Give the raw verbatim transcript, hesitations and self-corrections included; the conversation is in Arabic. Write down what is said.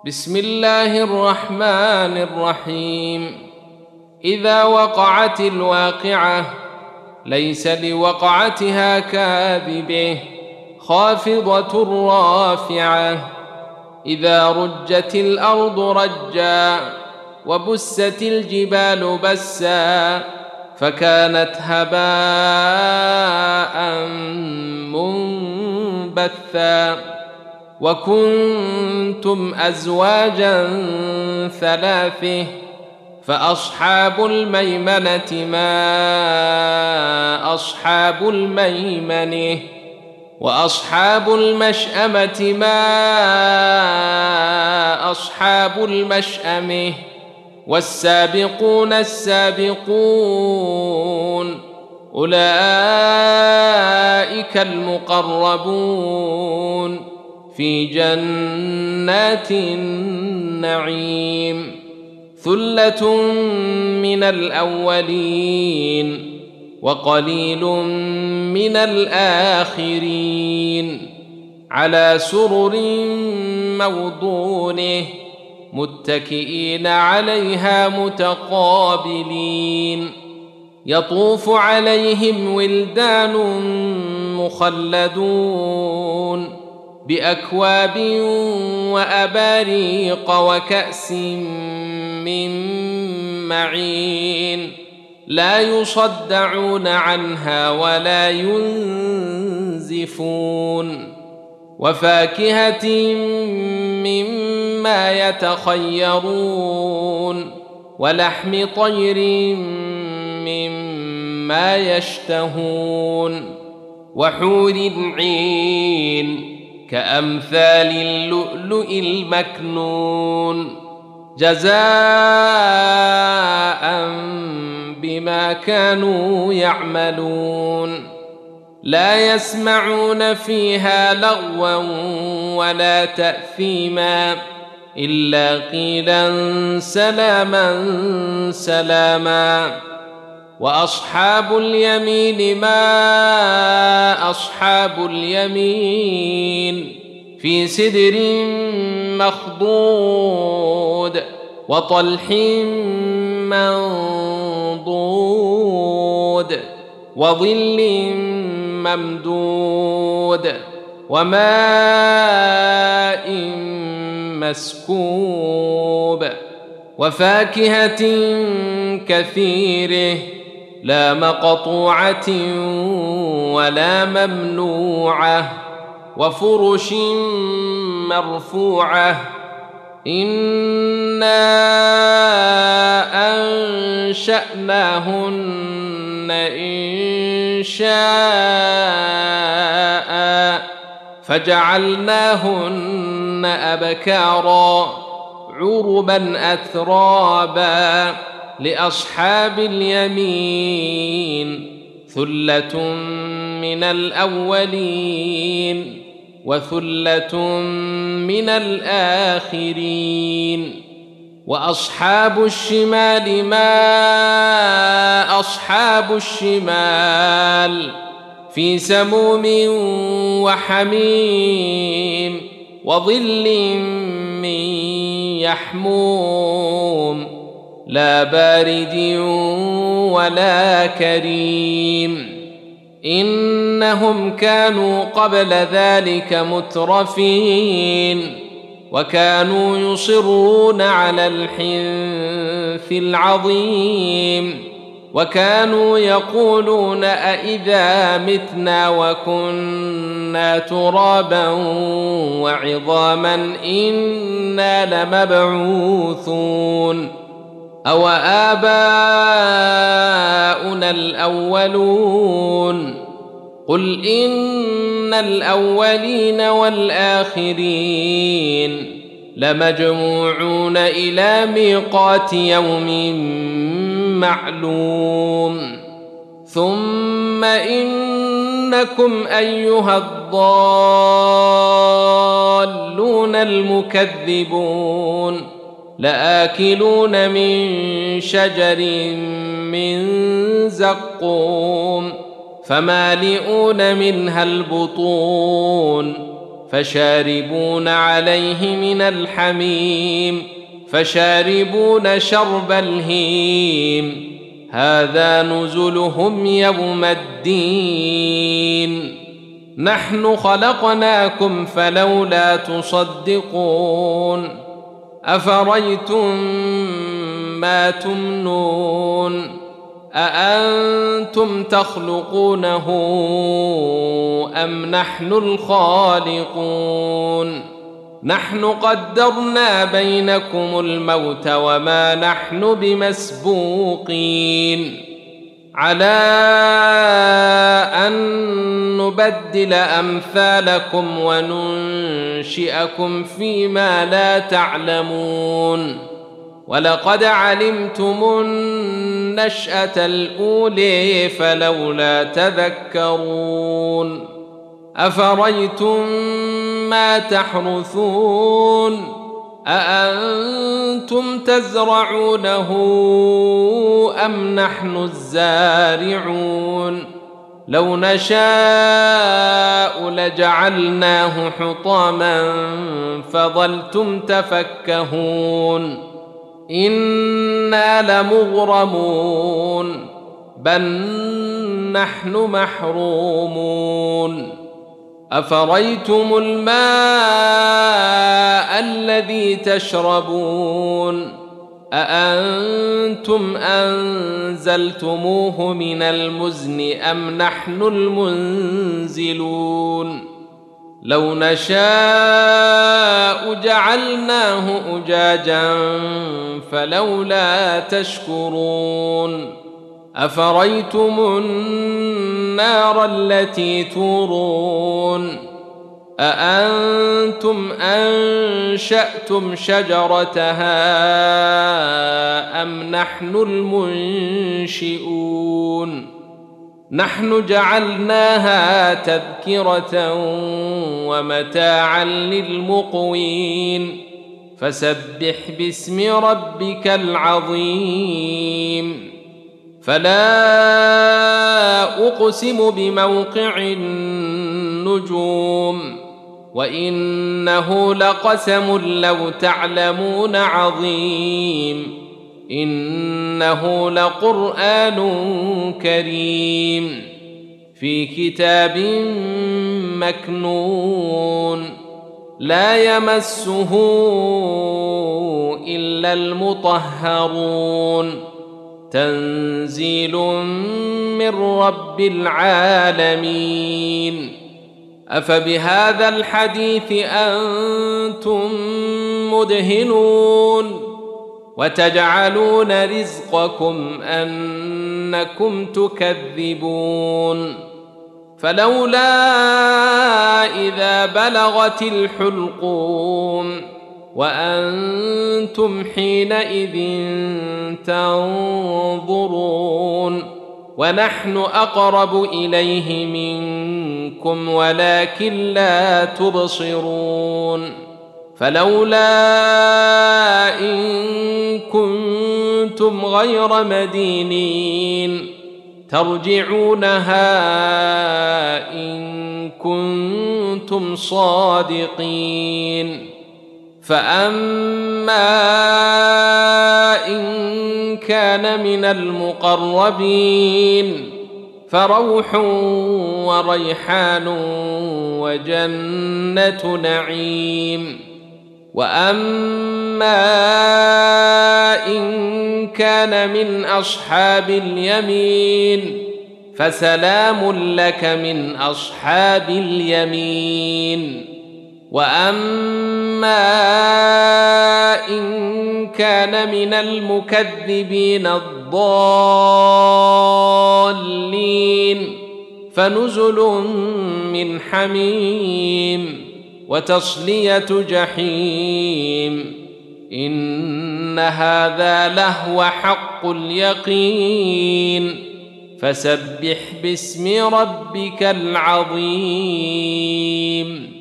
بسم الله الرحمن الرحيم. إذا وقعت الواقعة ليس لوقعتها كاذبة خافضة رافعة. إذا رجت الأرض رجا وبست الجبال بسا فكانت هباء منبثا. وكنتم أزواجا ثلاثة فأصحاب الميمنة ما أصحاب الميمنة وأصحاب المشأمة ما أصحاب المشأمة والسابقون السابقون أولئك المقربون في جنات النعيم. ثلة من الأولين وقليل من الآخرين على سرر موضونة متكئين عليها متقابلين. يطوف عليهم ولدان مخلدون بأكواب وأباريق وكأس من معين لا يصدعون عنها ولا ينزفون. وفاكهة مما يتخيرون ولحم طير مما يشتهون وحور عين كأمثال اللؤلؤ المكنون جزاء بما كانوا يعملون. لا يسمعون فيها لغوا ولا تأثيما إلا قيلا سلاما سلاما. وأصحاب اليمين ما أصحاب اليمين في سدر مخضود وطلح منضود وظل ممدود وماء مسكوب وفاكهة كثيرة لا مقطوعة ولا ممنوعة وفرش مرفوعة. إنا أنشأناهن إن شاء فجعلناهن أبكارا عربا أترابا لأصحاب اليمين. ثلة من الأولين وثلة من الآخرين. وأصحاب الشمال ما أصحاب الشمال في سموم وحميم وظل من يحموم لا بارد ولا كريم. إنهم كانوا قبل ذلك مترفين وكانوا يصرون على الحنث العظيم وكانوا يقولون أإذا متنا وكنا ترابا وعظاما إنا لمبعوثون أو آباؤنا الأولون. قل إن الأولين والآخرين لمجموعون إلى ميقات يوم معلوم. ثم إنكم أيها الضالون المكذبون لآكلون من شجر من زقوم فمالئون منها البطون فشاربون عليه من الحميم فشاربون شرب الهيم هذا نزلهم يوم الدين نحن خلقناكم فلولا تصدقون أفرأيتم ما تمنون أأنتم تخلقونه أم نحن الخالقون نحن قدرنا بينكم الموت وما نحن بمسبوقين على أن نبدل أمثالكم وننشئكم فيما لا تعلمون ولقد علمتم النشأة الأولى فلولا تذكرون أفرأيتم ما تحرثون أأنتم تزرعونه أم نحن الزارعون لو نشاء لجعلناه حطاما فظلتم تفكهون إنا لمغرمون بل نحن محرومون أفرأيتم الماء الذي تشربون أأنتم أنزلتموه من المزن أم نحن المنزلون لو نشاء جعلناه أجاجا فلولا تشكرون أفرأيتم النار التي تورون أأنتم أنشأتم شجرتها أم نحن المنشئون نحن جعلناها تذكرة ومتاعا للمقوين فسبح باسم ربك العظيم فلا أقسم بموقع النجوم وإنه لقسم لو تعلمون عظيم إنه لقرآن كريم في كتاب مكنون لا يمسه إلا المطهرون تنزيل من رب العالمين أفبهذا الحديث أنتم مدهنون وتجعلون رزقكم أنكم تكذبون فلولا إذا بلغت الحلقوم وأنتم حينئذ تنظرون ونحن أقرب إليه منكم ولكن لا تبصرون فلولا إن كنتم غير مدينين ترجعونها إن كنتم صادقين فأما إن كان من المقربين فروح وريحان وجنة نعيم وأما إن كان من أصحاب اليمين فسلام لك من أصحاب اليمين وأما إن كان من المكذبين الضالين فنزل من حميم وتصلية جحيم إن هذا لهو حق اليقين فسبح باسم ربك العظيم